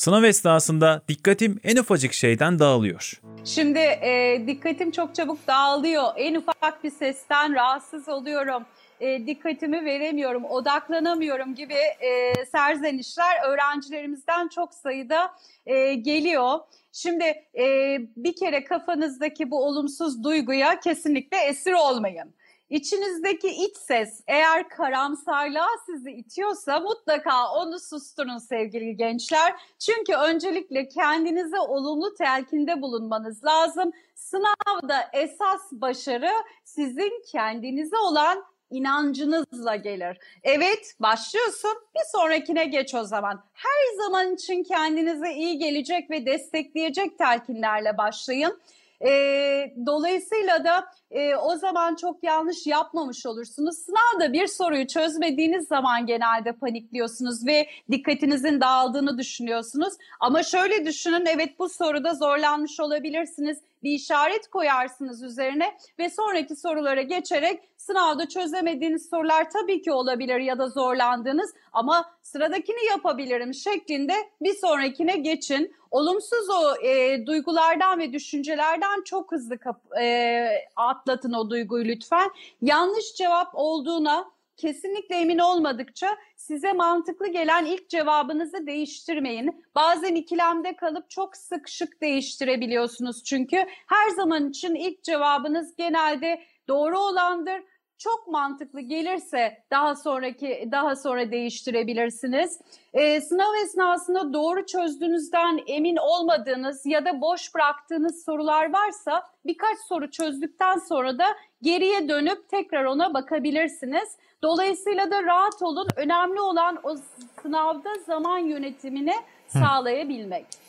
Sınav esnasında dikkatim en ufacık şeyden dağılıyor. Şimdi dikkatim çok çabuk dağılıyor. En ufak bir sesten rahatsız oluyorum. Dikkatimi veremiyorum, odaklanamıyorum gibi serzenişler öğrencilerimizden çok sayıda geliyor. Şimdi bir kere kafanızdaki bu olumsuz duyguya kesinlikle esir olmayın. İçinizdeki iç ses eğer karamsarlığa sizi itiyorsa mutlaka onu susturun sevgili gençler. Çünkü öncelikle kendinize olumlu telkinde bulunmanız lazım. Sınavda esas başarı sizin kendinize olan inancınızla gelir. Evet, başlıyorsun, bir sonrakine geç o zaman. Her zaman için kendinize iyi gelecek ve destekleyecek telkinlerle başlayın. Dolayısıyla da o zaman çok yanlış yapmamış olursunuz. Sınavda bir soruyu çözmediğiniz zaman genelde panikliyorsunuz ve dikkatinizin dağıldığını düşünüyorsunuz. Ama şöyle düşünün, evet bu soruda zorlanmış olabilirsiniz. Bir işaret koyarsınız üzerine ve sonraki sorulara geçerek sınavda çözemediğiniz sorular tabii ki olabilir ya da zorlandığınız ama sıradakini yapabilirim şeklinde bir sonrakine geçin. Olumsuz o duygulardan ve düşüncelerden çok hızlı atlatın o duyguyu lütfen. Yanlış cevap olduğuna kesinlikle emin olmadıkça size mantıklı gelen ilk cevabınızı değiştirmeyin. Bazen ikilemde kalıp çok sık şık değiştirebiliyorsunuz çünkü her zaman için ilk cevabınız genelde doğru olandır. Çok mantıklı gelirse daha sonra değiştirebilirsiniz. Sınav esnasında doğru çözdüğünüzden emin olmadığınız ya da boş bıraktığınız sorular varsa birkaç soru çözdükten sonra da geriye dönüp tekrar ona bakabilirsiniz. Dolayısıyla da rahat olun. Önemli olan o sınavda zaman yönetimini sağlayabilmek.